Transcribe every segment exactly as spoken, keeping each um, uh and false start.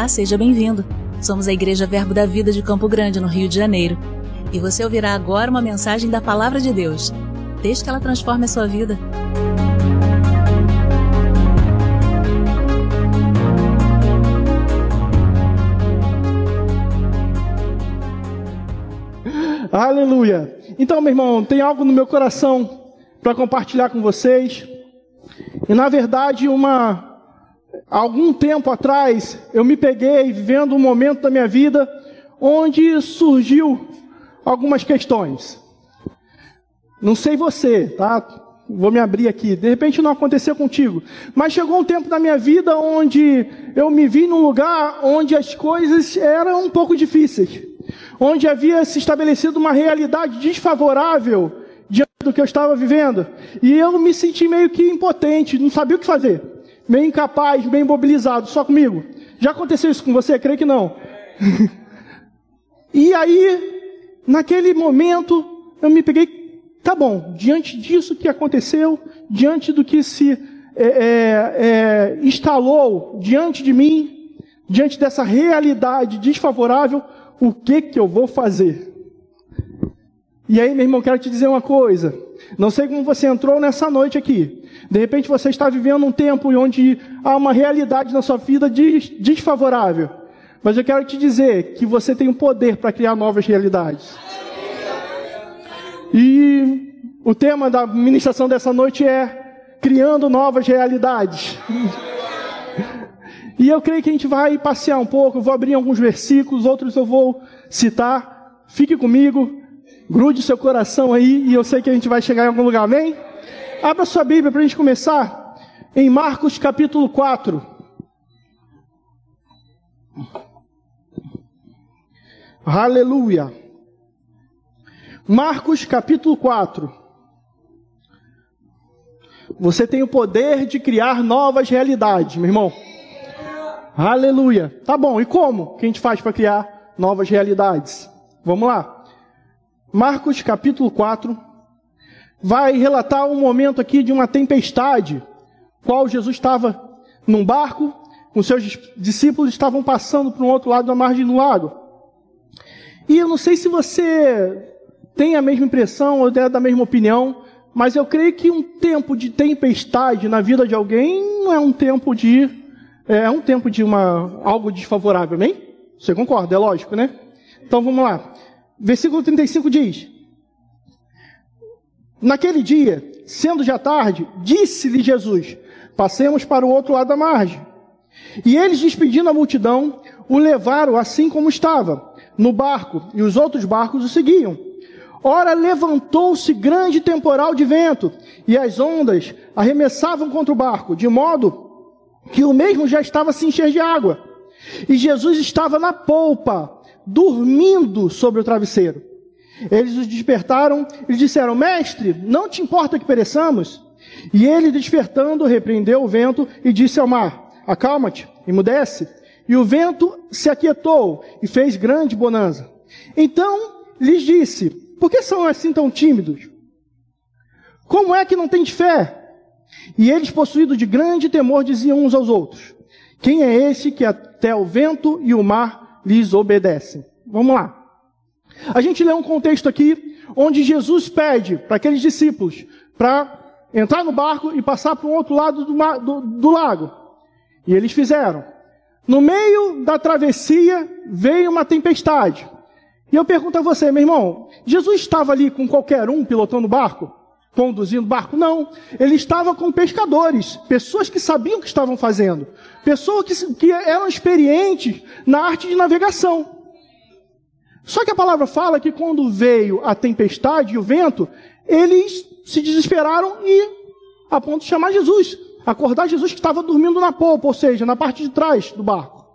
Olá, seja bem-vindo. Somos a Igreja Verbo da Vida de Campo Grande, no Rio de Janeiro. E você ouvirá agora uma mensagem da Palavra de Deus. Desde que ela transforme a sua vida. Aleluia! Então, meu irmão, tem algo no meu coração para compartilhar com vocês. E, na verdade, uma... algum tempo atrás, eu me peguei vivendo um momento da minha vida onde surgiu algumas questões. Não sei você, tá? Vou me abrir aqui. De repente não aconteceu contigo. Mas chegou um tempo da minha vida onde eu me vi num lugar onde as coisas eram um pouco difíceis. Onde havia se estabelecido uma realidade desfavorável diante do que eu estava vivendo. E eu me senti meio que impotente, não sabia o que fazer. Meio incapaz, meio imobilizado, só comigo. Já aconteceu isso com você? Creio que não. E aí, naquele momento, eu me peguei, tá bom, diante disso que aconteceu, diante do que se é, é, é, instalou diante de mim, diante dessa realidade desfavorável, o que que eu vou fazer? E aí, meu irmão, quero te dizer uma coisa. Não sei como você entrou nessa noite aqui. De repente você está vivendo um tempo onde há uma realidade na sua vida desfavorável. Mas eu quero te dizer que você tem o poder para criar novas realidades. E o tema da ministração dessa noite é criando novas realidades. E eu creio que a gente vai passear um pouco. Eu vou abrir alguns versículos, outros eu vou citar. Fique comigo. Grude seu coração aí, e eu sei que a gente vai chegar em algum lugar, amém? Abra sua Bíblia para a gente começar em Marcos capítulo quatro. Aleluia! Marcos capítulo quatro. Você tem o poder de criar novas realidades, meu irmão. Aleluia! Tá bom, e como que a gente faz para criar novas realidades? Vamos lá. Marcos capítulo quatro vai relatar um momento aqui de uma tempestade, qual Jesus estava num barco, com seus discípulos estavam passando para um outro lado da margem do lago. E eu não sei se você tem a mesma impressão ou é da mesma opinião, mas eu creio que um tempo de tempestade na vida de alguém não é um tempo de é um tempo de uma algo desfavorável, amém? Você concorda? É lógico, né? Então vamos lá. Versículo trinta e cinco diz: naquele dia, sendo já tarde, disse-lhe Jesus: passemos para o outro lado da margem. E eles, despedindo a multidão, o levaram assim como estava, no barco, e os outros barcos o seguiam. Ora, levantou-se grande temporal de vento, e as ondas arremessavam contra o barco, de modo que o mesmo já estava a se encher de água. E Jesus estava na polpa, dormindo sobre o travesseiro. Eles o despertaram e disseram: mestre, não te importa que pereçamos? E ele, despertando, repreendeu o vento e disse ao mar: acalma-te, emudece. E o vento se aquietou e fez grande bonança. Então lhes disse: por que são assim tão tímidos? Como é que não têm fé? E eles, possuídos de grande temor, diziam uns aos outros: quem é esse que até o vento e o mar lhes obedecem? Vamos lá. A gente lê um contexto aqui onde Jesus pede para aqueles discípulos para entrar no barco e passar para o outro lado do, mar, do, do lago. E eles fizeram. No meio da travessia veio uma tempestade. E eu pergunto a você, meu irmão, Jesus estava ali com qualquer um pilotando o barco? Conduzindo o barco? Não. Ele estava com pescadores, pessoas que sabiam o que estavam fazendo, pessoas que, que eram experientes na arte de navegação. Só que a palavra fala que quando veio a tempestade e o vento, eles se desesperaram e, a ponto de chamar Jesus, acordar Jesus que estava dormindo na polpa, ou seja, na parte de trás do barco.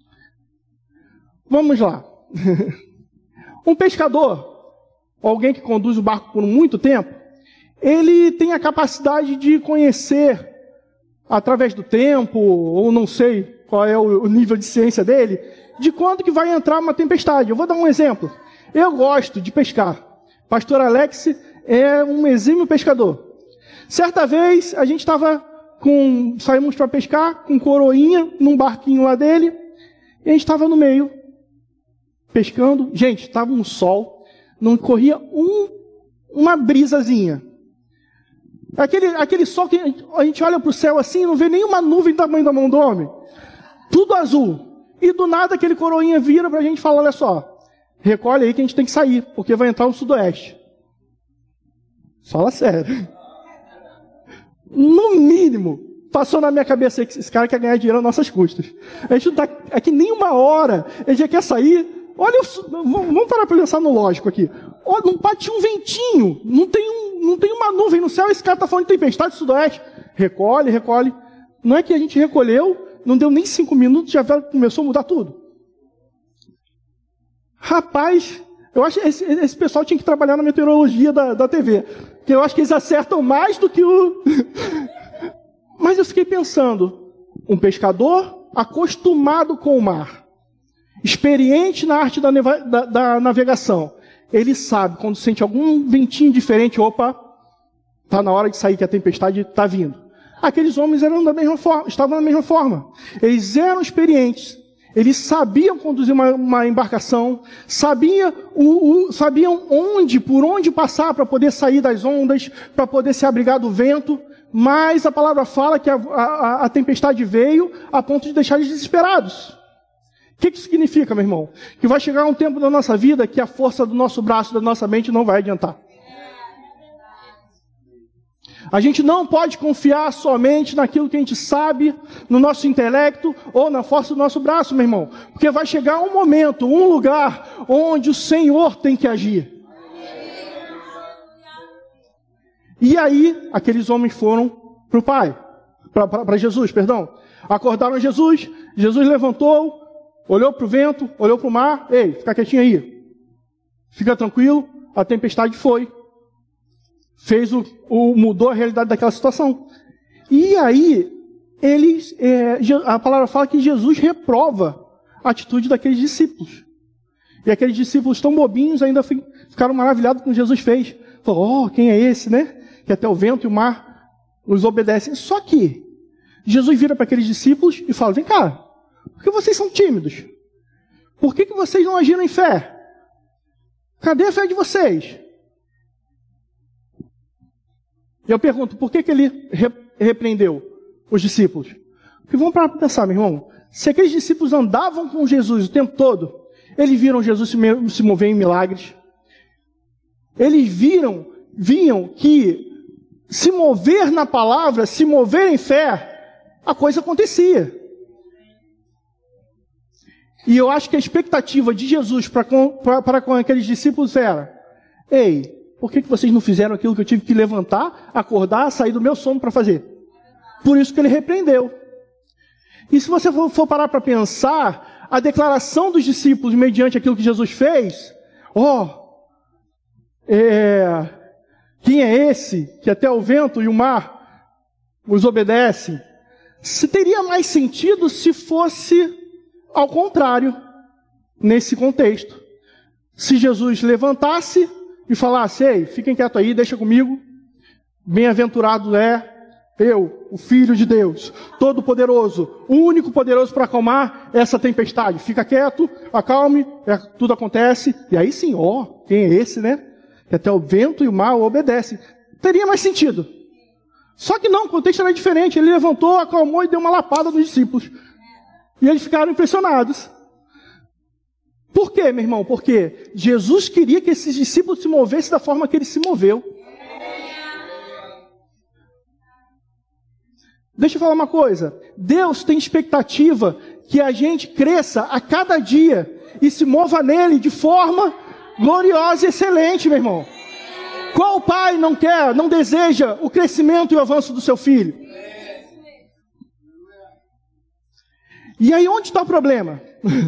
Vamos lá. Um pescador, alguém que conduz o barco por muito tempo, ele tem a capacidade de conhecer, através do tempo, ou não sei qual é o nível de ciência dele, de quando que vai entrar uma tempestade. Eu vou dar um exemplo. Eu gosto de pescar. Pastor Alex é um exímio pescador. Certa vez, a gente estava com, saímos para pescar com coroinha num barquinho lá dele, E a gente estava no meio, pescando. Gente, estava um sol, não corria um, uma brisazinha. Aquele, aquele sol que a gente, a gente olha para o céu assim, não vê nenhuma nuvem do tamanho da mão do homem. Tudo azul. E do nada aquele coroinha vira para a gente e fala, olha só, recolhe aí que a gente tem que sair, porque vai entrar o sudoeste. Fala sério. No mínimo, passou na minha cabeça que esse cara quer ganhar dinheiro às nossas custas. A gente não está aqui nem uma hora, ele já quer sair. Olha, vamos parar para pensar no lógico aqui. Olha, não bate um ventinho, não tem, um, não tem uma nuvem no céu, esse cara está falando de tempestade sudoeste. Recolhe, recolhe. Não é que a gente recolheu, não deu nem cinco minutos, já começou a mudar tudo. Rapaz, eu acho que esse, esse pessoal tinha que trabalhar na meteorologia da, da T V. Que eu acho que eles acertam mais do que o... Mas eu fiquei pensando, um pescador acostumado com o mar, experiente na arte da, neva, da, da navegação, ele sabe, quando sente algum ventinho diferente, opa, está na hora de sair, que a tempestade está vindo. Aqueles homens eram da mesma forma, estavam da mesma forma. Eles eram experientes, eles sabiam conduzir uma, uma embarcação, sabiam, o, o, sabiam onde, por onde passar para poder sair das ondas, para poder se abrigar do vento, mas a palavra fala que a, a, a tempestade veio a ponto de deixar eles desesperados. O que, que isso significa, meu irmão? Que vai chegar um tempo da nossa vida que a força do nosso braço, da nossa mente não vai adiantar. A gente não pode confiar somente naquilo que a gente sabe, no nosso intelecto ou na força do nosso braço, meu irmão. Porque vai chegar um momento, um lugar onde o Senhor tem que agir. E aí, aqueles homens foram para o Pai, para Jesus, perdão. Acordaram Jesus, Jesus levantou, olhou para o vento, olhou para o mar. Ei, fica quietinho aí. Fica tranquilo, a tempestade foi. Fez o, o, mudou a realidade daquela situação. E aí, eles, é, a palavra fala que Jesus reprova a atitude daqueles discípulos. E aqueles discípulos tão bobinhos ainda ficaram maravilhados com o que Jesus fez. Falou, oh, quem é esse, né? Que até o vento e o mar os obedecem. Só que Jesus vira para aqueles discípulos e fala, vem cá, por que vocês são tímidos? Por que, que vocês não agiram em fé? Cadê a fé de vocês? E eu pergunto, por que, que ele repreendeu os discípulos? Porque vamos parar para pensar, meu irmão. Se aqueles discípulos andavam com Jesus o tempo todo, eles viram Jesus se mover em milagres. Eles viram, viam que se mover na palavra, se mover em fé, a coisa acontecia. E eu acho que a expectativa de Jesus para com, para com aqueles discípulos era, ei, por que, que vocês não fizeram aquilo que eu tive que levantar, acordar, sair do meu sono para fazer? Por isso que ele repreendeu. E se você for, for parar para pensar, a declaração dos discípulos mediante aquilo que Jesus fez, ó, oh, é, quem é esse que até o vento e o mar os obedecem? Se teria mais sentido se fosse ao contrário, nesse contexto. Se Jesus levantasse e falasse, ei, fiquem quietos aí, deixa comigo. Bem-aventurado é eu, o Filho de Deus, Todo-Poderoso, o único poderoso para acalmar essa tempestade. Fica quieto, acalme, é, tudo acontece. E aí sim, ó, quem é esse, né? Que até o vento e o mar obedecem. Teria mais sentido. Só que não, o contexto era diferente. Ele levantou, acalmou e deu uma lapada nos discípulos. E eles ficaram impressionados. Por quê, meu irmão? Porque Jesus queria que esses discípulos se movessem da forma que ele se moveu. Deixa eu falar uma coisa. Deus tem expectativa que a gente cresça a cada dia e se mova nele de forma gloriosa e excelente, meu irmão. Qual pai não quer, não deseja o crescimento e o avanço do seu filho? E aí onde está o problema?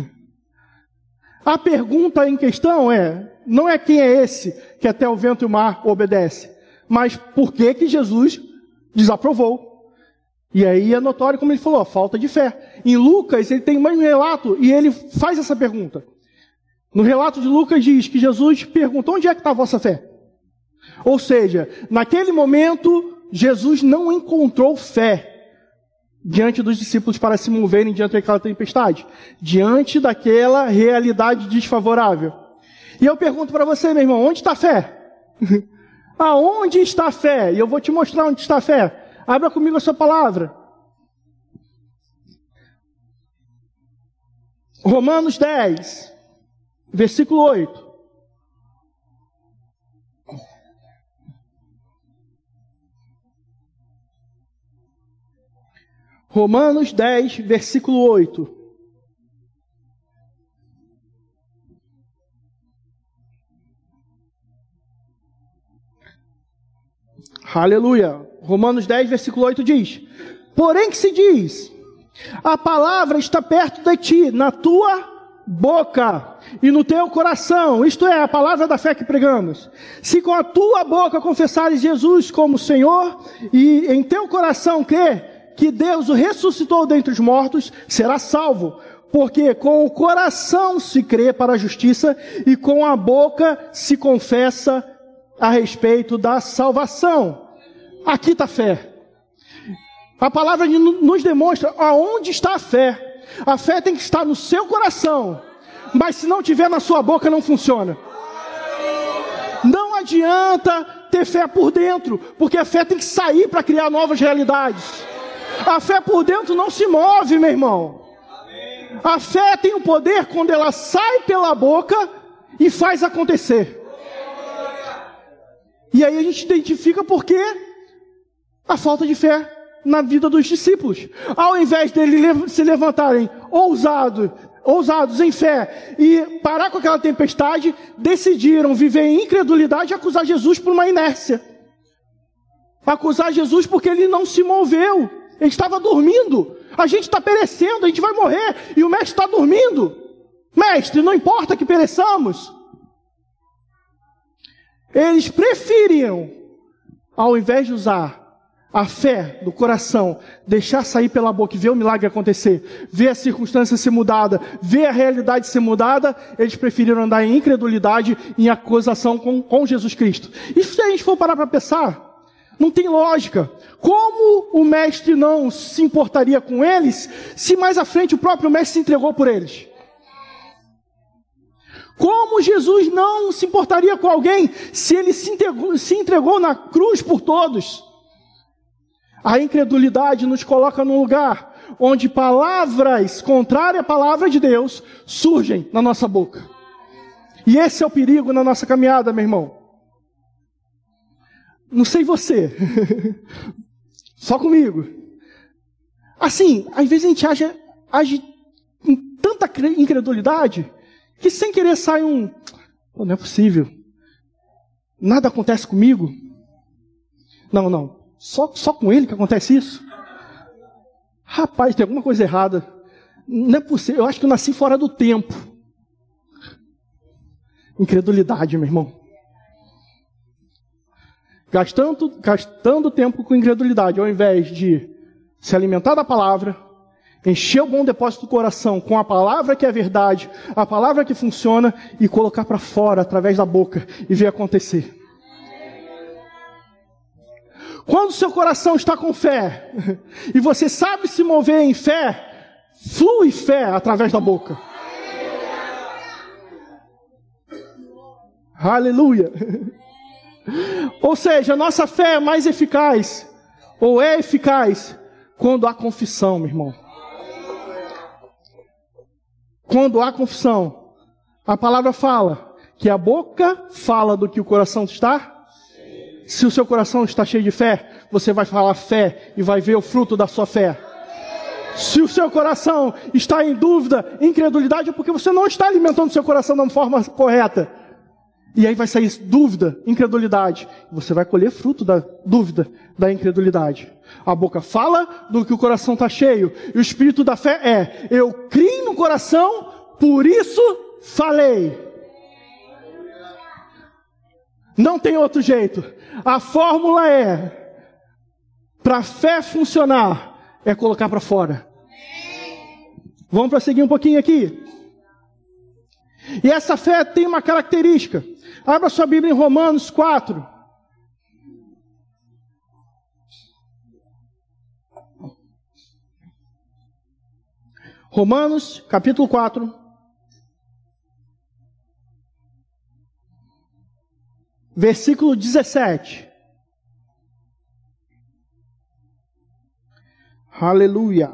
A pergunta em questão é, não é quem é esse que até o vento e o mar obedece, mas por que que Jesus desaprovou? E aí é notório, como ele falou, a falta de fé. Em Lucas, ele tem o mesmo relato e ele faz essa pergunta. No relato de Lucas diz que Jesus perguntou, onde é que está a vossa fé? Ou seja, naquele momento, Jesus não encontrou fé diante dos discípulos para se moverem diante daquela tempestade, diante daquela realidade desfavorável. E eu pergunto para você, meu irmão, onde está a fé? Aonde está a fé? E eu vou te mostrar onde está a fé. Abra comigo a sua palavra. Romanos dez, versículo oito. Romanos dez, versículo oito. Aleluia. Romanos dez, versículo oito diz: porém que se diz, a palavra está perto de ti, na tua boca e no teu coração. Isto é, a palavra da fé que pregamos. Se com a tua boca confessares Jesus como Senhor e em teu coração crer que Deus o ressuscitou dentre os mortos, será salvo. Porque com o coração se crê para a justiça e com a boca se confessa a respeito da salvação. Aqui está a fé. A palavra nos demonstra aonde está a fé. A fé tem que estar no seu coração, mas se não tiver na sua boca não funciona. Não adianta ter fé por dentro, porque a fé tem que sair para criar novas realidades. A fé por dentro não se move, meu irmão. A fé tem o poder quando ela sai pela boca e faz acontecer. E aí a gente identifica por quê a falta de fé na vida dos discípulos. Ao invés deles se levantarem ousados, ousados em fé e parar com aquela tempestade, decidiram viver em incredulidade e acusar Jesus por uma inércia. Acusar Jesus porque ele não se moveu. Ele estava dormindo. A gente está perecendo, a gente vai morrer e o mestre está dormindo. Mestre, não importa que pereçamos. Eles preferiam, ao invés de usar a fé do coração, deixar sair pela boca e ver o milagre acontecer, ver a circunstância ser mudada, ver a realidade ser mudada, eles preferiram andar em incredulidade, em acusação com, com Jesus Cristo. Isso, se a gente for parar para pensar, não tem lógica. Como o mestre não se importaria com eles, se mais à frente o próprio mestre se entregou por eles? Como Jesus não se importaria com alguém, se ele se entregou, se entregou na cruz por todos? A incredulidade nos coloca num lugar onde palavras contrárias à palavra de Deus surgem na nossa boca. E esse é o perigo na nossa caminhada, meu irmão. Não sei você, só comigo. Assim, às vezes a gente age, age com tanta incredulidade que sem querer sai um... Oh, não é possível. Nada acontece comigo. Não, não. Só, só com ele que acontece isso? Rapaz, tem alguma coisa errada. Não é possível. Eu acho que eu nasci fora do tempo. Incredulidade, meu irmão. Gastando, gastando tempo com incredulidade, ao invés de se alimentar da palavra, encher o bom depósito do coração com a palavra que é verdade, a palavra que funciona, e colocar para fora, através da boca, e ver acontecer. Quando o seu coração está com fé, e você sabe se mover em fé, flui fé através da boca. Aleluia! Ou seja, a nossa fé é mais eficaz, ou é eficaz, quando há confissão, meu irmão. Quando há confissão, a palavra fala que a boca fala do que o coração está. Se o seu coração está cheio de fé, você vai falar fé e vai ver o fruto da sua fé. Se o seu coração está em dúvida, incredulidade, é porque você não está alimentando o seu coração da forma correta. E aí vai sair dúvida, incredulidade. Você vai colher fruto da dúvida, da incredulidade. A boca fala do que o coração está cheio. E o espírito da fé é: eu criei no coração, por isso falei. Não tem outro jeito. A fórmula é, para a fé funcionar, é colocar para fora. Vamos prosseguir um pouquinho aqui. E essa fé tem uma característica. Abra sua Bíblia em Romanos quatro. Romanos, capítulo quatro. Versículo dezessete. Aleluia.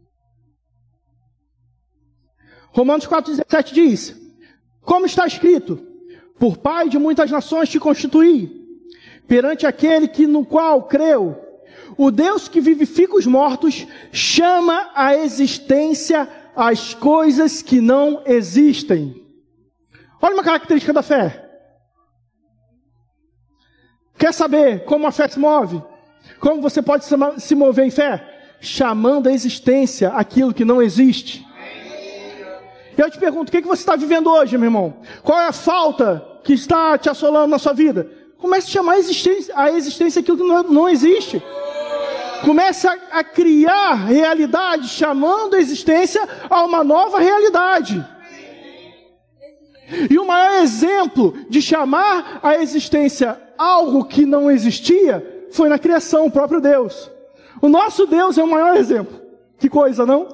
Romanos quatro, dezessete diz: como está escrito, por pai de muitas nações te constituí, perante aquele que no qual creu, o Deus que vivifica os mortos, chama à existência as coisas que não existem. Olha uma característica da fé. Quer saber como a fé se move? Como você pode se mover em fé? Chamando à existência aquilo que não existe. Eu te pergunto, o que você está vivendo hoje, meu irmão? Qual é a falta que está te assolando na sua vida? Comece a chamar a existência, a existência aquilo que não, não existe. Comece a, a criar realidade, chamando a existência a uma nova realidade. E o maior exemplo de chamar a existência algo que não existia foi na criação, o próprio Deus. O nosso Deus é o maior exemplo. Que coisa, não?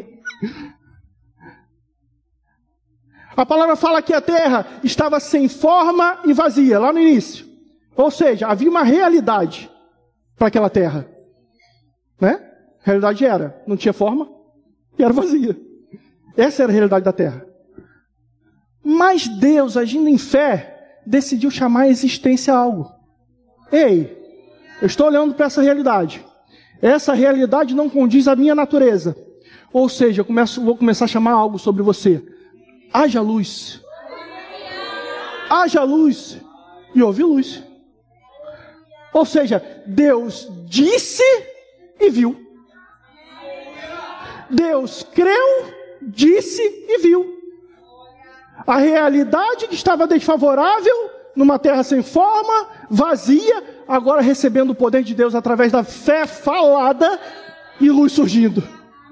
A palavra fala que a terra estava sem forma e vazia, lá no início. Ou seja, havia uma realidade para aquela terra. Né? A realidade era, não tinha forma e era vazia. Essa era a realidade da terra. Mas Deus, agindo em fé, decidiu chamar a existência a algo. Ei, eu estou olhando para essa realidade. Essa realidade não condiz à minha natureza. Ou seja, eu começo, vou começar a chamar algo sobre você. Haja luz. Haja luz. E houve luz. Ou seja, Deus disse e viu. Deus creu, disse e viu. A realidade que estava desfavorável, numa terra sem forma, vazia, agora recebendo o poder de Deus através da fé falada e luz surgindo.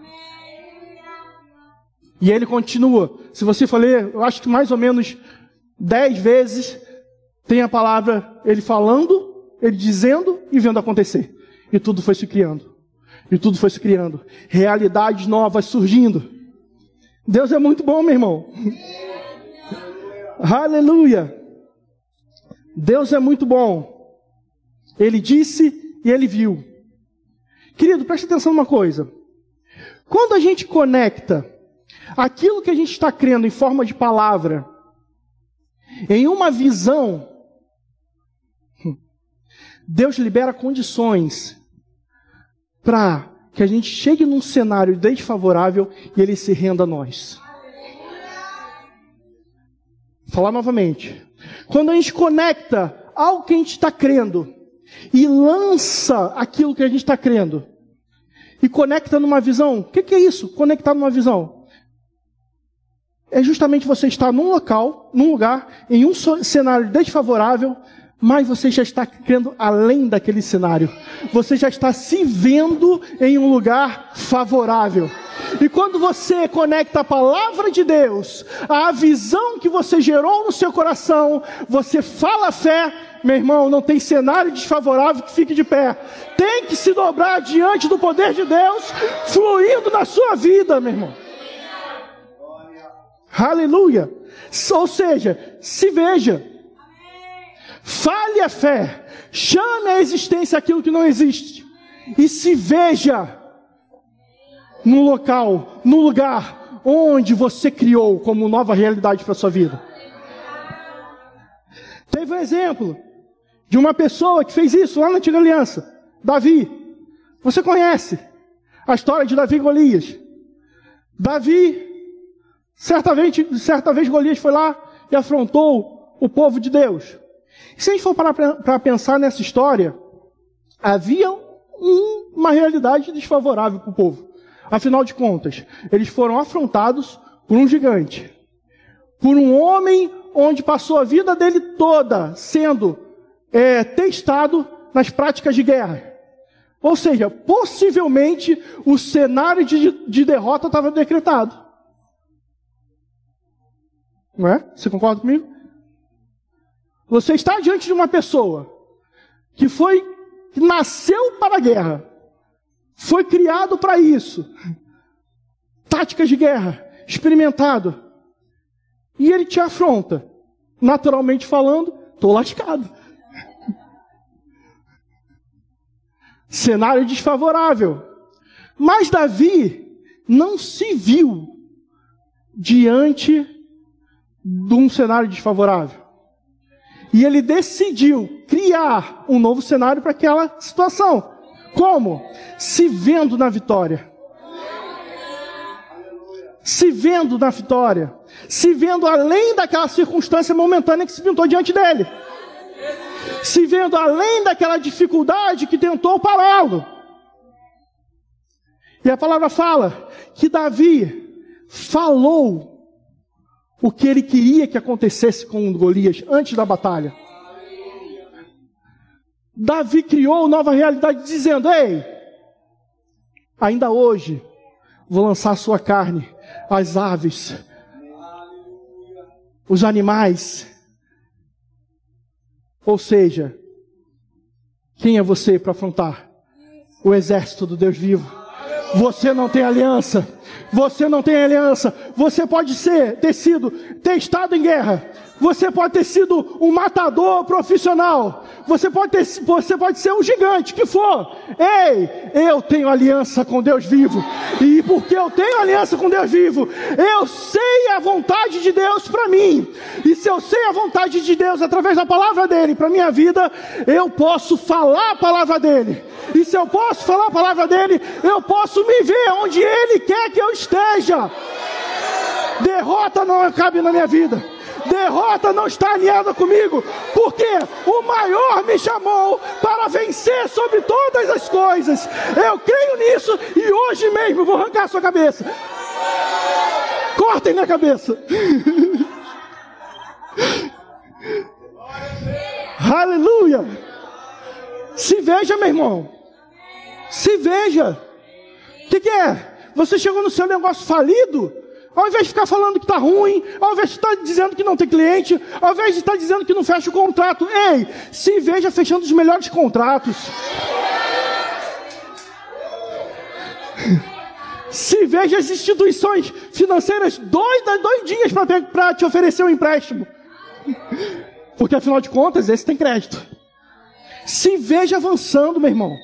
E ele continua. Se você for ler, eu acho que mais ou menos dez vezes tem a palavra, ele falando, ele dizendo e vendo acontecer. E tudo foi se criando. E tudo foi se criando. Realidades novas surgindo. Deus é muito bom, meu irmão. Aleluia. Deus é muito bom. Ele disse e ele viu. Querido, preste atenção numa coisa. Quando a gente conecta aquilo que a gente está crendo em forma de palavra em uma visão, Deus libera condições para que a gente chegue num cenário desfavorável e ele se renda a nós. Vou falar novamente. Quando a gente conecta algo que a gente está crendo e lança aquilo que a gente está crendo e conecta numa visão, o que, que é isso? Conectar numa visão. É justamente você estar num local, num lugar, em um cenário desfavorável, mas você já está crendo além daquele cenário. Você já está se vendo em um lugar favorável. E quando você conecta a palavra de Deus, a visão que você gerou no seu coração, você fala a fé, meu irmão, não tem cenário desfavorável que fique de pé. Tem que se dobrar diante do poder de Deus, fluindo na sua vida, meu irmão. Aleluia. Ou seja, se veja. Fale a fé. Chame a existência aquilo que não existe. E se veja no local, no lugar onde você criou como nova realidade para a sua vida. Teve um exemplo de uma pessoa que fez isso lá na Antiga Aliança. Davi. Você conhece a história de Davi e Golias. Davi, certa vez, certa vez Golias foi lá e afrontou o povo de Deus. E se a gente for parar para pensar nessa história, havia um, uma realidade desfavorável para o povo. Afinal de contas, eles foram afrontados por um gigante. Por um homem onde passou a vida dele toda sendo é, testado nas práticas de guerra. Ou seja, possivelmente o cenário de, de derrota estava decretado. Não é? Você concorda comigo? Você está diante de uma pessoa que foi, que nasceu para a guerra, foi criado para isso, táticas de guerra, experimentado. E ele te afronta. Naturalmente falando, estou lascado. Cenário desfavorável. Mas Davi não se viu diante de um cenário desfavorável. E ele decidiu criar um novo cenário para aquela situação. Como? Se vendo na vitória. Se vendo na vitória. Se vendo além daquela circunstância momentânea que se pintou diante dele. Se vendo além daquela dificuldade que tentou pará-lo. E a palavra fala que Davi falou o que ele queria que acontecesse com Golias antes da batalha. Davi criou nova realidade dizendo: ei, ainda hoje vou lançar sua carne às aves, os animais. Ou seja, quem é você para afrontar o exército do Deus vivo? Você não tem aliança. Você não tem aliança. Você pode ser, ter sido testado em guerra. Você pode ter sido um matador profissional. Você pode, ter, você pode ser um gigante, que for. Ei, eu tenho aliança com Deus vivo. E porque eu tenho aliança com Deus vivo, eu sei a vontade de Deus para mim. E se eu sei a vontade de Deus através da palavra dele para minha vida, eu posso falar a palavra dele. E se eu posso falar a palavra dele, eu posso me ver onde ele quer que eu esteja. Derrota não cabe na minha vida. Derrota não está alinhada comigo, porque o maior me chamou para vencer sobre todas as coisas. Eu creio nisso e hoje mesmo vou arrancar a sua cabeça. Cortem minha cabeça. Aleluia. Se veja, meu irmão. Se veja. O que, que é? Você chegou no seu negócio falido? Ao invés de ficar falando que está ruim, ao invés de estar dizendo que não tem cliente, ao invés de estar dizendo que não fecha o contrato, ei, se veja fechando os melhores contratos. Se veja as instituições financeiras doidas, doidinhas para te oferecer um empréstimo. Porque afinal de contas, esse tem crédito. Se veja avançando, meu irmão.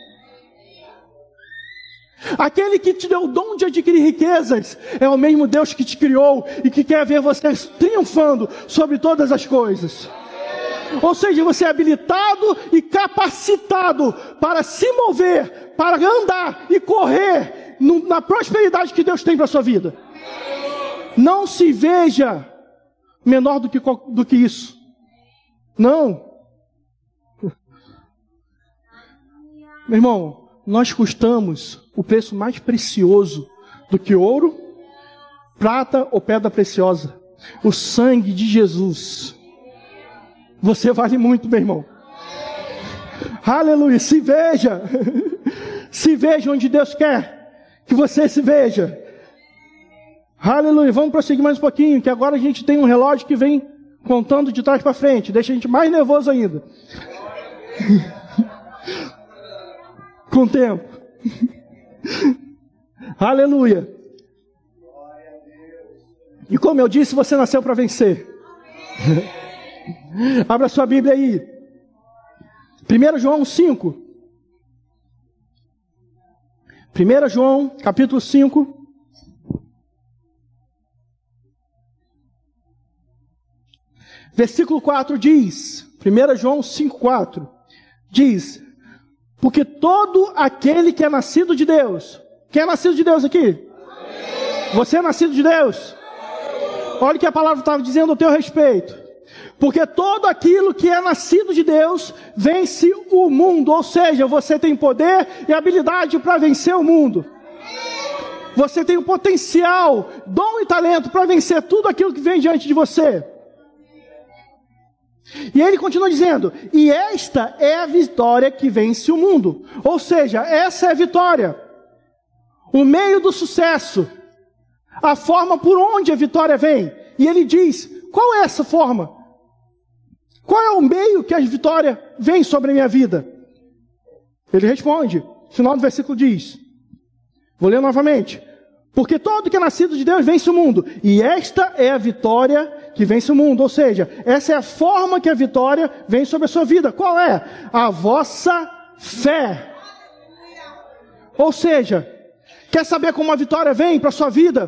Aquele que te deu o dom de adquirir riquezas é o mesmo Deus que te criou e que quer ver você triunfando sobre todas as coisas. Ou seja, você é habilitado e capacitado para se mover, para andar e correr no, na prosperidade que Deus tem para a sua vida. Não se veja menor do que, do que isso. Não. Meu irmão, nós custamos o preço mais precioso do que ouro, prata ou pedra preciosa. O sangue de Jesus. Você vale muito, meu irmão. Aleluia. Se veja. Se veja onde Deus quer que você se veja. Aleluia. Vamos prosseguir mais um pouquinho, que agora a gente tem um relógio que vem contando de trás para frente. Deixa a gente mais nervoso ainda. Com o tempo. Aleluia. E como eu disse, você nasceu para vencer. Abra sua Bíblia aí. primeiro João cinco. primeiro João, capítulo cinco. Versículo quatro diz, primeiro João cinco, quatro, diz: porque todo aquele que é nascido de Deus, quem é nascido de Deus aqui? Amém. Você é nascido de Deus? Amém. Olha o que a palavra estava dizendo ao teu respeito. Porque todo aquilo que é nascido de Deus vence o mundo. Ou seja, você tem poder e habilidade para vencer o mundo. Você tem o potencial, dom e talento para vencer tudo aquilo que vem diante de você. E ele continua dizendo: e esta é a vitória que vence o mundo. Ou seja, essa é a vitória, o meio do sucesso, a forma por onde a vitória vem. E ele diz: qual é essa forma? Qual é o meio que a vitória vem sobre a minha vida? Ele responde, no final do versículo diz, vou ler novamente: Porque todo que é nascido de Deus vence o mundo. E esta é a vitória que vence o mundo. Ou seja, essa é a forma que a vitória vem sobre a sua vida. Qual é? A vossa fé. Ou seja, quer saber como a vitória vem para a sua vida?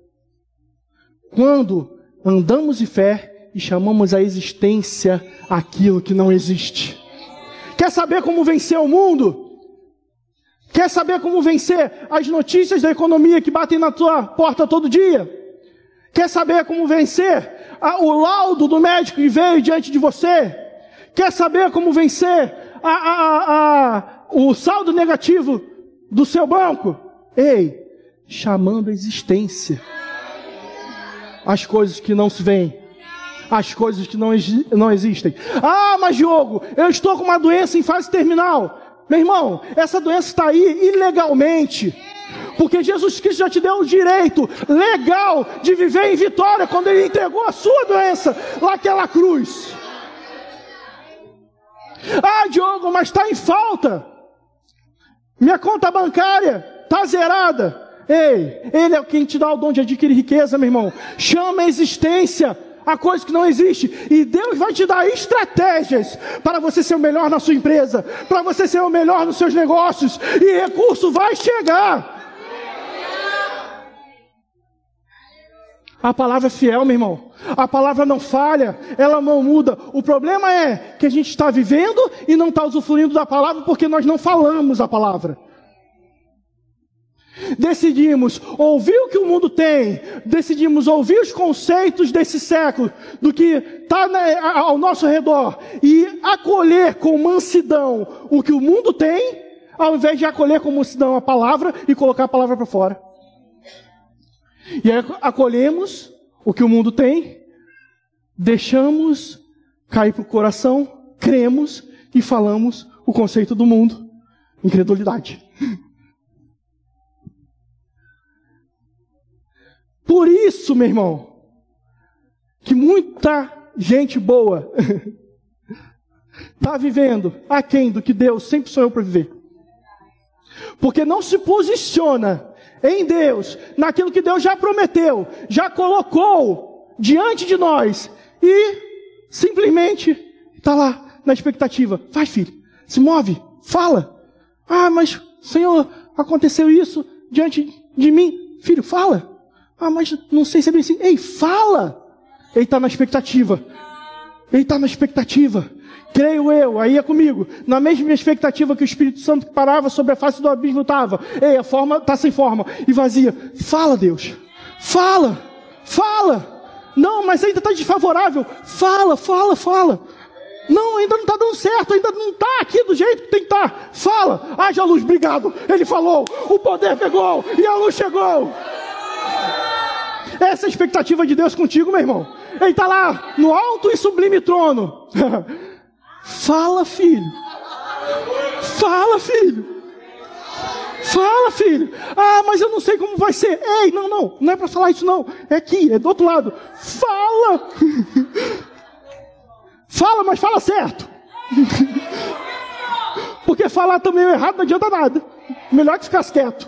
Quando andamos em fé e chamamos a existência aquilo que não existe. Quer saber como vencer o mundo? Quer saber como vencer as notícias da economia que batem na tua porta todo dia? Quer saber como vencer a, o laudo do médico que veio diante de você? Quer saber como vencer a, a, a, o saldo negativo do seu banco? Ei, chamando a existência as coisas que não se veem, as coisas que não, não existem. Ah, mas Diogo, eu estou com uma doença em fase terminal. Meu irmão, essa doença está aí ilegalmente, porque Jesus Cristo já te deu o direito legal de viver em vitória quando Ele entregou a sua doença lá naquela cruz. Ah, Diogo, mas está em falta. Minha conta bancária está zerada. Ei, Ele é quem te dá o dom de adquirir riqueza, meu irmão. Chama a existência a coisa que não existe, e Deus vai te dar estratégias para você ser o melhor na sua empresa, para você ser o melhor nos seus negócios, e recurso vai chegar. A palavra é fiel, meu irmão. A palavra não falha, ela não muda. O problema é que a gente está vivendo e não está usufruindo da palavra porque nós não falamos a palavra. Decidimos ouvir o que o mundo tem, decidimos ouvir os conceitos desse século, do que está ao nosso redor, e acolher com mansidão o que o mundo tem, ao invés de acolher com mansidão a palavra e colocar a palavra para fora. E aí acolhemos o que o mundo tem, deixamos cair para o coração, cremos e falamos o conceito do mundo. Incredulidade. Por isso, meu irmão, que muita gente boa está vivendo aquém do que Deus sempre sonhou para viver. Porque não se posiciona em Deus, naquilo que Deus já prometeu, já colocou diante de nós, e simplesmente está lá na expectativa. Vai, filho, se move, fala. Ah, mas Senhor, aconteceu isso diante de mim. Filho, fala. Ah, mas não sei se é bem assim. Ei, fala! Ele está na expectativa. Ele está na expectativa. Creio eu, aí é comigo. Na mesma expectativa que o Espírito Santo que parava sobre a face do abismo estava. Ei, a forma está sem forma e vazia. Fala, Deus. Fala. Fala. Não, mas ainda está desfavorável. Fala, fala, fala. Não, ainda não está dando certo. Ainda não está aqui do jeito que tem que estar. Fala. Haja luz, obrigado. Ele falou. O poder pegou e a luz chegou. Essa é a expectativa de Deus contigo, meu irmão. Ele está lá no alto e sublime trono. Fala, filho. Fala, filho. Fala, filho. Ah, mas eu não sei como vai ser. Ei, não, não. Não é para falar isso, não. É aqui, é do outro lado. Fala. Fala, mas fala certo. Porque falar também errado não adianta nada. Melhor que ficar quieto.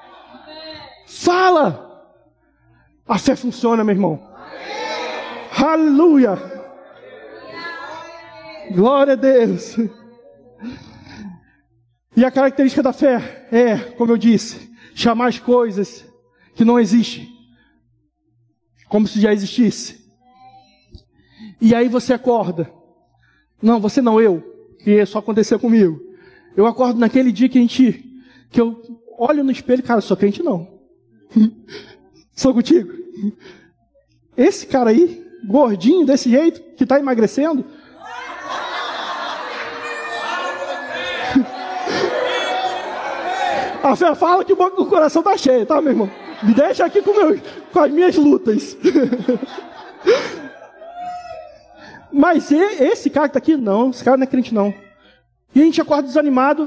Fala. A fé funciona, meu irmão. Aleluia. Glória a Deus. E a característica da fé é, como eu disse, chamar as coisas que não existem como se já existisse. E aí você acorda. Não, você não, eu. Que só aconteceu comigo. Eu acordo naquele dia que a gente, que eu olho no espelho, cara, sou crente não. Sou contigo. Esse cara aí, gordinho desse jeito, que está emagrecendo. A fé fala que o banco do coração está cheio, tá, meu irmão? Me deixa aqui com, meu, com as minhas lutas. Mas esse cara que está aqui, não, esse cara não é crente não. E a gente acorda desanimado.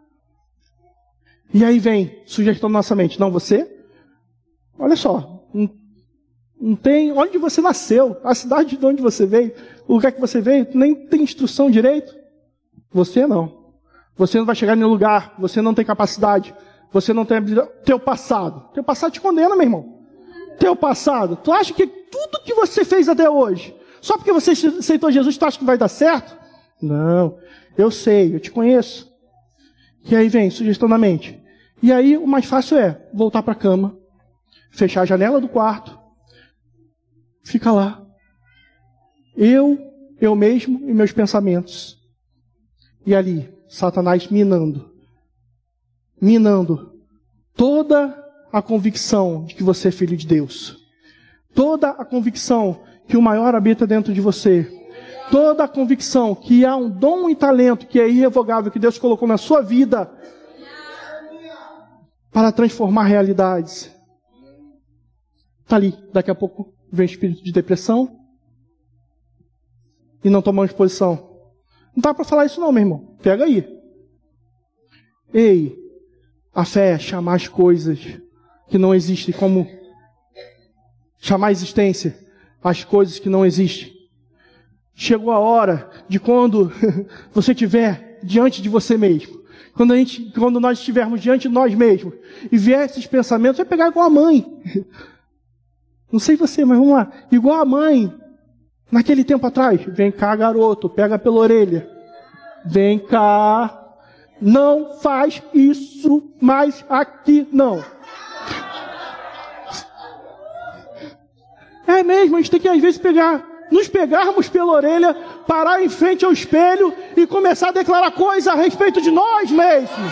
E aí vem sugestão na nossa mente. Não, você... Olha só, não, não tem onde você nasceu, a cidade de onde você veio, o lugar que você veio, nem tem instrução direito. Você não. Você não vai chegar em nenhum lugar, você não tem capacidade. Você não tem habilidade. Teu passado. Teu passado te condena, meu irmão. Teu passado. Tu acha que tudo que você fez até hoje, só porque você aceitou Jesus, tu acha que vai dar certo? Não. Eu sei, eu te conheço. E aí vem sugestão na mente. E aí o mais fácil é voltar para a cama, fechar a janela do quarto, fica lá. Eu, eu mesmo e meus pensamentos. E ali, Satanás minando. Minando toda a convicção de que você é filho de Deus. Toda a convicção que o maior habita dentro de você. Toda a convicção que há um dom e talento que é irrevogável, que Deus colocou na sua vida para transformar realidades. Está ali, daqui a pouco vem espírito de depressão e não tomamos posição. Não dá para falar isso não, meu irmão. Pega aí. Ei, a fé é chamar as coisas que não existem, como chamar a existência as coisas que não existem. Chegou a hora de quando você estiver diante de você mesmo. Quando, a gente, quando nós estivermos diante de nós mesmos e vier esses pensamentos, vai pegar igual a mãe. Não sei você, mas vamos lá. Igual a mãe, naquele tempo atrás. Vem cá, garoto, pega pela orelha. Vem cá. Não faz isso mais aqui, não. É mesmo, a gente tem que às vezes pegar... nos pegarmos pela orelha, parar em frente ao espelho e começar a declarar coisas a respeito de nós mesmos.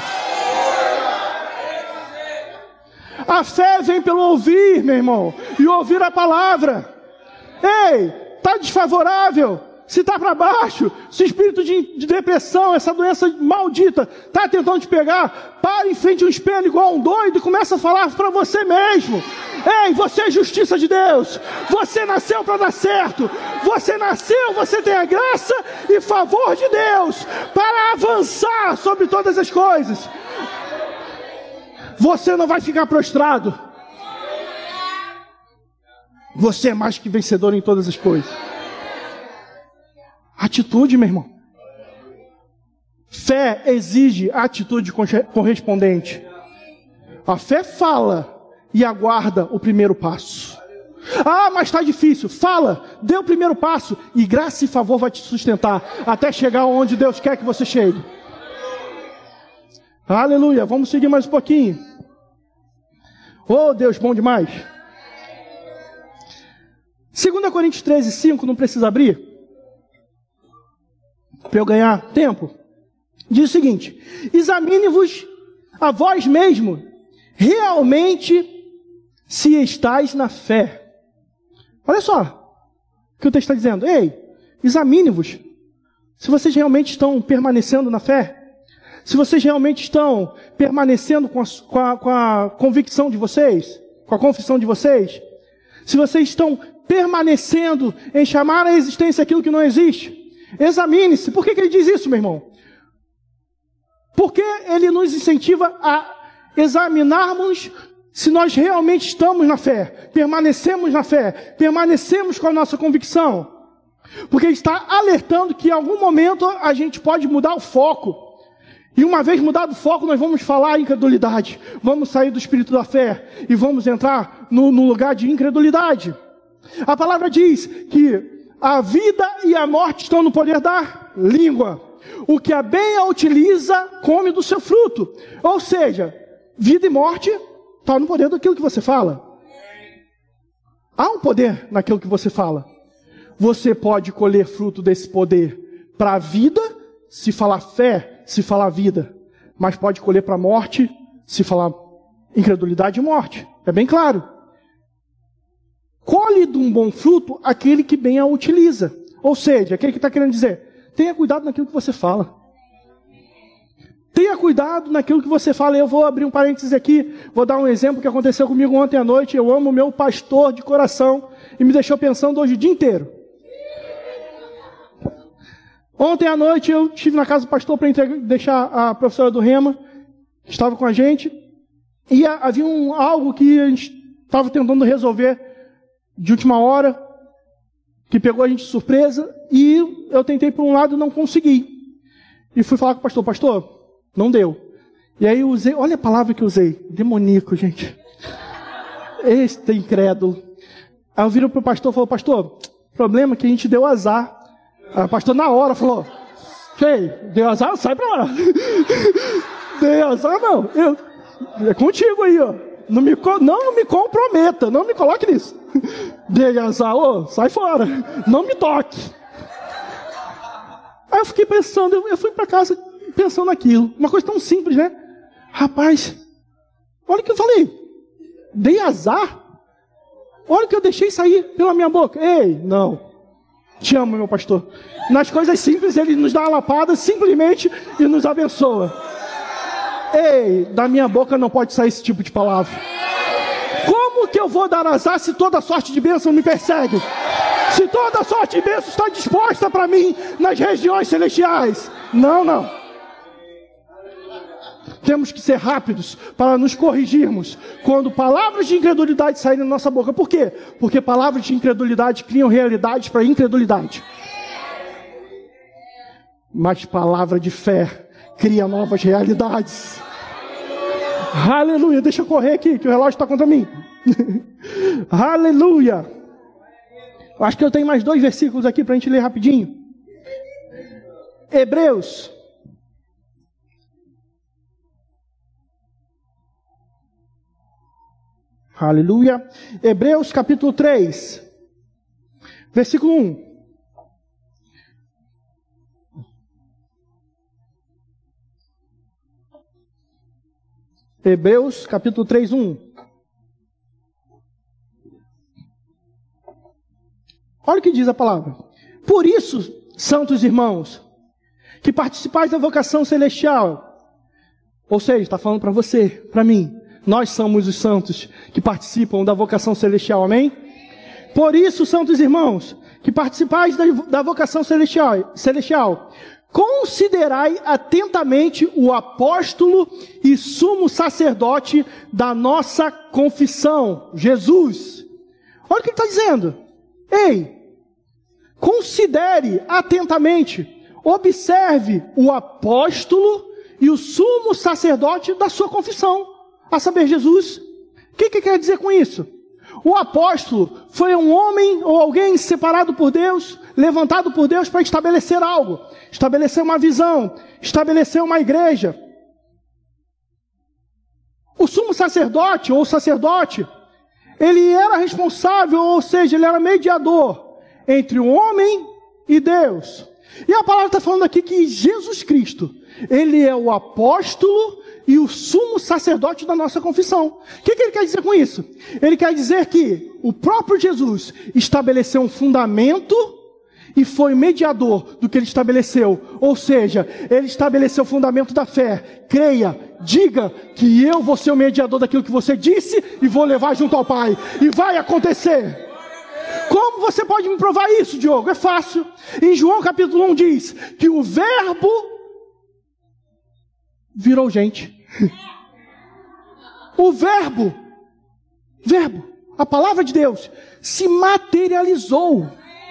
A fé vem pelo ouvir, meu irmão, e ouvir a palavra. Ei, está desfavorável, se está para baixo, se o espírito de, de depressão, essa doença maldita, está tentando te pegar, para em frente ao espelho igual um doido e começa a falar para você mesmo. Ei, você é justiça de Deus. Você nasceu para dar certo. Você nasceu, você tem a graça e favor de Deus para avançar sobre todas as coisas. Você não vai ficar prostrado. Você é mais que vencedor em todas as coisas. Atitude, meu irmão. Fé exige atitude correspondente. A fé fala e aguarda o primeiro passo. Ah, mas está difícil. Fala, dê o primeiro passo e graça e favor vai te sustentar até chegar onde Deus quer que você chegue. Aleluia, vamos seguir mais um pouquinho. Oh, Deus, bom demais. dois Coríntios treze, cinco, não precisa abrir? Para eu ganhar tempo. Diz o seguinte: examine-vos a vós mesmo, realmente se estáis na fé. Olha só o que o texto está dizendo. Ei, examine-vos. Se vocês realmente estão permanecendo na fé. Se vocês realmente estão permanecendo com a, com a, com a convicção de vocês. Com a confissão de vocês. Se vocês estão permanecendo em chamar à existência aquilo que não existe. Examine-se. Por que, que ele diz isso, meu irmão? Porque ele nos incentiva a examinarmos se nós realmente estamos na fé, permanecemos na fé, permanecemos com a nossa convicção. Porque ele está alertando que em algum momento a gente pode mudar o foco. E uma vez mudado o foco, nós vamos falar incredulidade. Vamos sair do espírito da fé e vamos entrar no, no lugar de incredulidade. A palavra diz que a vida e a morte estão no poder da língua. O que a bem a utiliza, come do seu fruto. Ou seja, vida e morte está no poder daquilo que você fala. Há um poder naquilo que você fala. Você pode colher fruto desse poder para a vida, se falar fé, se falar vida. Mas pode colher para a morte, se falar incredulidade e morte. É bem claro. Colhe de um bom fruto aquele que bem a utiliza. Ou seja, aquele que está querendo dizer, tenha cuidado naquilo que você fala. Tenha cuidado naquilo que você fala. Eu vou abrir um parênteses aqui, vou dar um exemplo que aconteceu comigo ontem à noite. Eu amo o meu pastor de coração e me deixou pensando hoje o dia inteiro. Ontem à noite eu estive na casa do pastor para deixar a professora do Rema, que estava com a gente, e havia um, algo que a gente estava tentando resolver de última hora, que pegou a gente de surpresa, e eu tentei por um lado e não consegui. E fui falar com o pastor, pastor, não deu. E aí eu usei, olha a palavra que eu usei, demoníaco, gente. Este incrédulo. Aí eu viro pro pastor e falou, pastor, problema é que a gente deu azar. Aí o pastor na hora falou, Ei, deu azar, sai pra lá. Deu azar não, eu, é contigo aí, ó. Não me, não me comprometa, não me coloque nisso. Dei azar, ô, sai fora, não me toque. Aí eu fiquei pensando, eu, eu fui pra casa pensando naquilo. Uma coisa tão simples, né? Rapaz, olha o que eu falei. Dei azar. Olha o que eu deixei sair pela minha boca. Ei, não. Te amo, meu pastor. Nas coisas simples, ele nos dá uma lapada simplesmente e nos abençoa. Ei, da minha boca não pode sair esse tipo de palavra. Como que eu vou dar azar se toda sorte de bênção me persegue? Se toda sorte de bênção está disposta para mim nas regiões celestiais? Não, não. Temos que ser rápidos para nos corrigirmos quando palavras de incredulidade saírem da nossa boca. Por quê? Porque palavras de incredulidade criam realidades para incredulidade. Mas palavra de fé cria novas realidades. Aleluia. Deixa eu correr aqui, que o relógio está contra mim. Aleluia. Acho que eu tenho mais dois versículos aqui para a gente ler rapidinho. Hebreus. Aleluia. Hebreus capítulo três. Versículo um. Hebreus capítulo três, um. Olha o que diz a palavra. Por isso, santos irmãos, que participais da vocação celestial. Ou seja, está falando para você, para mim. Nós somos os santos que participam da vocação celestial, amém? Por isso, santos irmãos, que participais da, da vocação celestial, celestial, considerai atentamente o apóstolo e sumo sacerdote da nossa confissão, Jesus. Olha o que ele está dizendo. Ei, considere atentamente, observe o apóstolo e o sumo sacerdote da sua confissão, a saber, Jesus. O que, que quer dizer com isso? O apóstolo foi um homem ou alguém separado por Deus, levantado por Deus para estabelecer algo, estabelecer uma visão, estabelecer uma igreja. O sumo sacerdote ou sacerdote, ele era responsável, ou seja, ele era mediador entre o homem e Deus. E a palavra está falando aqui que Jesus Cristo, ele é o apóstolo e o sumo sacerdote da nossa confissão. O que, que ele quer dizer com isso? Ele quer dizer que o próprio Jesus estabeleceu um fundamento e foi mediador do que ele estabeleceu. Ou seja, ele estabeleceu o fundamento da fé. Creia, diga que eu vou ser o mediador daquilo que você disse e vou levar junto ao Pai. E vai acontecer. Como você pode me provar isso, Diogo? É fácil. Em João capítulo um diz que o verbo virou gente. O verbo, verbo, a palavra de Deus, se materializou.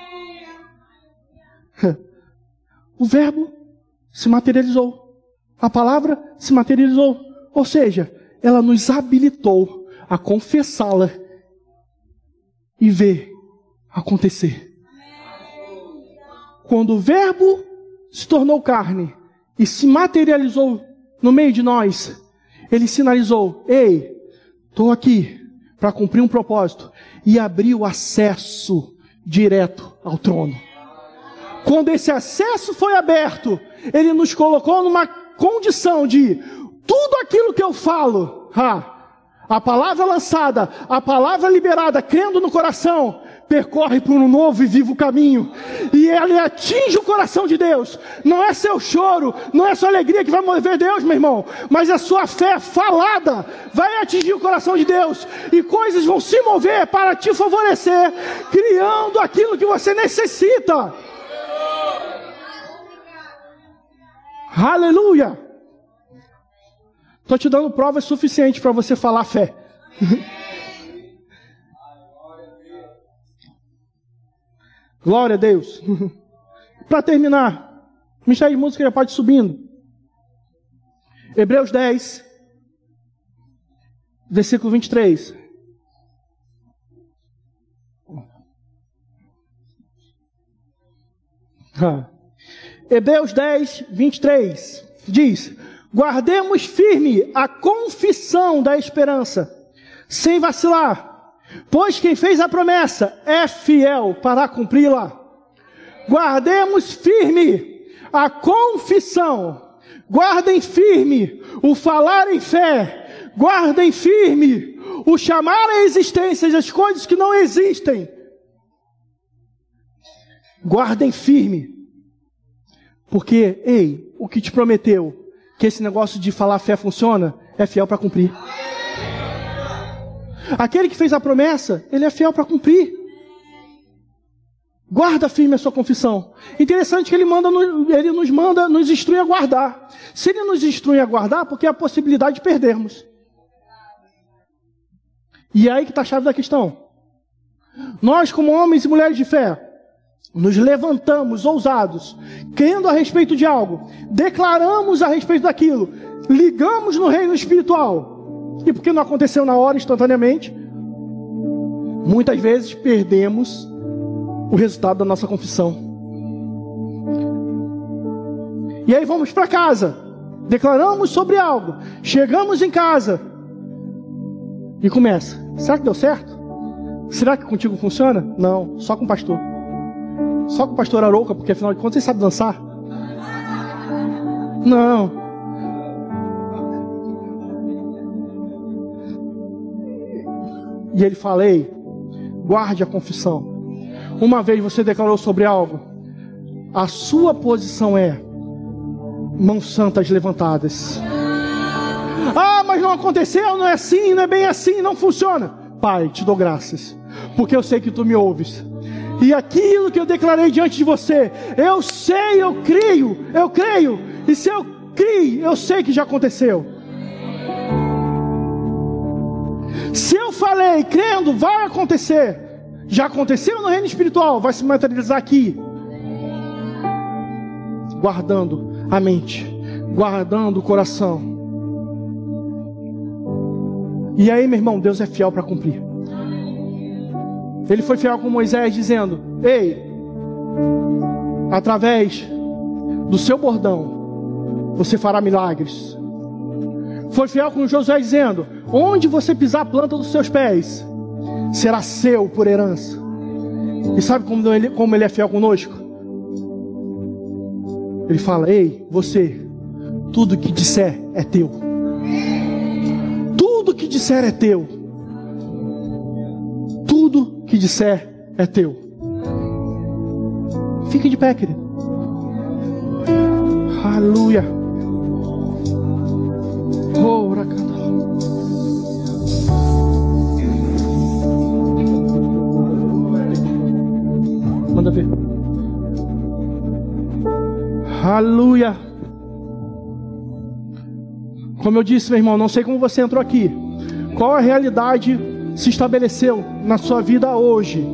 O verbo se materializou. A palavra se materializou. Ou seja, ela nos habilitou a confessá-la e ver acontecer. Quando o verbo se tornou carne e se materializou no meio de nós, ele sinalizou: ei, estou aqui para cumprir um propósito, e abriu acesso direto ao trono. Quando esse acesso foi aberto, ele nos colocou numa condição de tudo aquilo que eu falo, ha, a palavra lançada, a palavra liberada, crendo no coração, percorre por um novo e vivo caminho, e ele atinge o coração de Deus. Não é seu choro, não é sua alegria que vai mover Deus, meu irmão, mas a sua fé falada vai atingir o coração de Deus, e coisas vão se mover para te favorecer, criando aquilo que você necessita. Aleluia! Estou te dando provas suficientes para você falar fé. Glória a Deus. Para terminar, o Ministério de Música já pode ir subindo. Hebreus dez, versículo vinte e três. Ah. Hebreus dez, vinte e três diz: guardemos firme a confissão da esperança, sem vacilar, pois quem fez a promessa é fiel para cumpri-la. Guardemos firme a confissão, guardem firme o falar em fé, guardem firme o chamar à existência as coisas que não existem. Guardem firme, porque, ei, o que te prometeu, que esse negócio de falar fé funciona, é fiel para cumprir. Aquele que fez a promessa, ele é fiel para cumprir. Guarda firme a sua confissão. Interessante que ele, manda, ele nos manda, nos instrui a guardar. Se ele nos instrui a guardar, porque é a possibilidade de perdermos. E é aí que está a chave da questão. Nós, como homens e mulheres de fé, nos levantamos ousados, crendo a respeito de algo, declaramos a respeito daquilo, ligamos no reino espiritual, e porque não aconteceu na hora, instantaneamente, muitas vezes perdemos o resultado da nossa confissão. E aí vamos para casa, declaramos sobre algo, chegamos em casa, e começa: será que deu certo? Será que contigo funciona? Não, só com o pastor. Só com o pastor Arouca, porque afinal de contas ele sabe dançar. Não. E ele fala: ei, guarde a confissão. Uma vez você declarou sobre algo, a sua posição é mãos santas levantadas. Ah, mas não aconteceu, não é assim, não é bem assim, não funciona. Pai, te dou graças, porque eu sei que tu me ouves. E aquilo que eu declarei diante de você, eu sei, eu creio, eu creio. E se eu creio, eu sei que já aconteceu. Se eu falei, crendo, vai acontecer. Já aconteceu no reino espiritual, vai se materializar aqui. Guardando a mente, guardando o coração. E aí, meu irmão, Deus é fiel para cumprir. Ele foi fiel com Moisés, dizendo: ei, através do seu bordão, você fará milagres. Foi fiel com Josué, dizendo: onde você pisar a planta dos seus pés, será seu por herança. E sabe como ele, como ele é fiel conosco? Ele fala: ei, você, tudo que disser é teu. Tudo que disser é teu. Tudo que disser é teu. Fique de pé, querido. Aleluia. Oh, manda ver. Aleluia. Como eu disse, meu irmão, não sei como você entrou aqui. Qual a realidade se estabeleceu na sua vida hoje?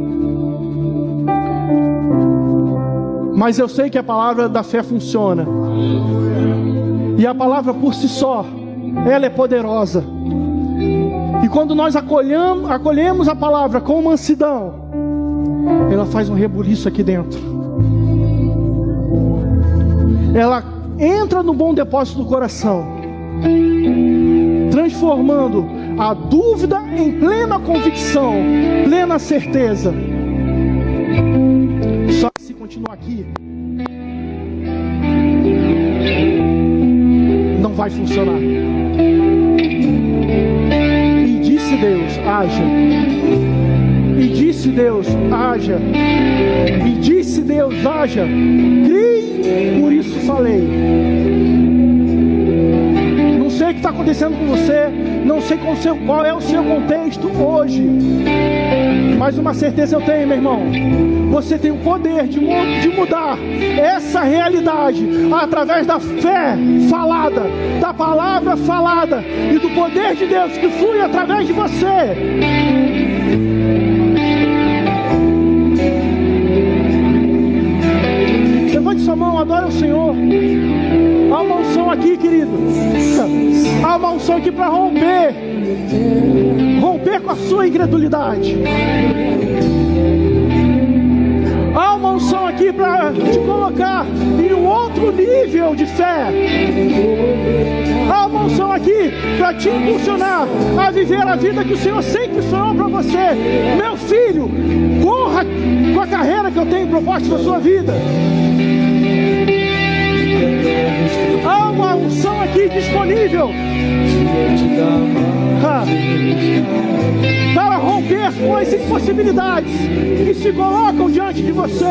Mas eu sei que a palavra da fé funciona. E a palavra por si só, ela é poderosa. E quando nós acolhamos, acolhemos a palavra com mansidão, ela faz um rebuliço aqui dentro. Ela entra no bom depósito do coração, transformando a dúvida em plena convicção, plena certeza. Só que se continuar aqui, não vai funcionar. E disse Deus, haja. E disse Deus, haja. E disse Deus, haja. Criei, por isso falei. Não sei o que está acontecendo com você, não sei qual, seu, qual é o seu contexto hoje, mas uma certeza eu tenho, meu irmão: você tem o poder de, de mudar essa realidade através da fé falada, da palavra falada e do poder de Deus que flui através de você. Levante sua mão, adore o Senhor. Há uma unção aqui, querido. Há uma unção aqui para romper. Romper com a sua incredulidade. Há uma unção aqui para te colocar em um outro nível de fé. Há uma unção aqui para te impulsionar a viver a vida que o Senhor sempre sonhou para você. Meu filho, corra com a carreira que eu tenho proposto para a sua vida. Há uma unção aqui disponível ah, para romper com as impossibilidades que se colocam diante de você.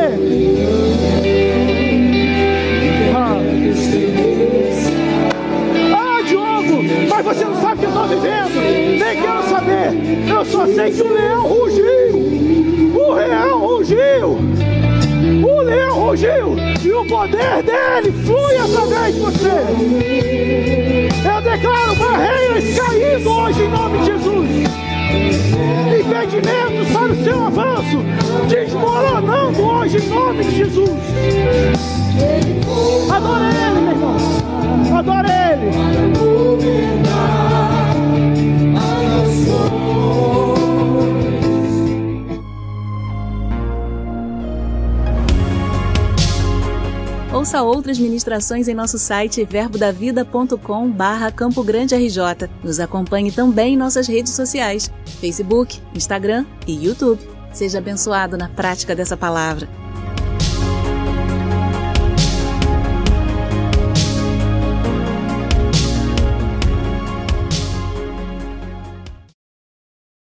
Ah, ah Diogo, mas você não sabe o que eu estou vivendo. Nem quero saber. Eu só sei que o leão rugiu. O leão rugiu. O leão rugiu e o poder dele flui através de você. Eu declaro barreiras caindo hoje em nome de Jesus. Impedimentos para o seu avanço desmoronando hoje em nome de Jesus. Adore Ele, meu irmão. Adore Ele. Ouça outras ministrações em nosso site verbo da vida ponto com barra Campo Grande R J. Nos acompanhe também em nossas redes sociais, Facebook, Instagram e YouTube. Seja abençoado na prática dessa palavra.